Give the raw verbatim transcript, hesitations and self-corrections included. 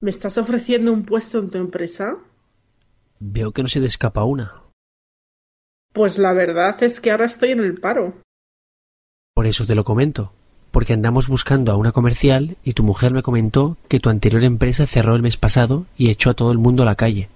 ¿Me estás ofreciendo un puesto en tu empresa? Veo que no se te escapa una. Pues la verdad es que ahora estoy en el paro. Por eso te lo comento. Porque andamos buscando a una comercial y tu mujer me comentó que tu anterior empresa cerró el mes pasado y echó a todo el mundo a la calle.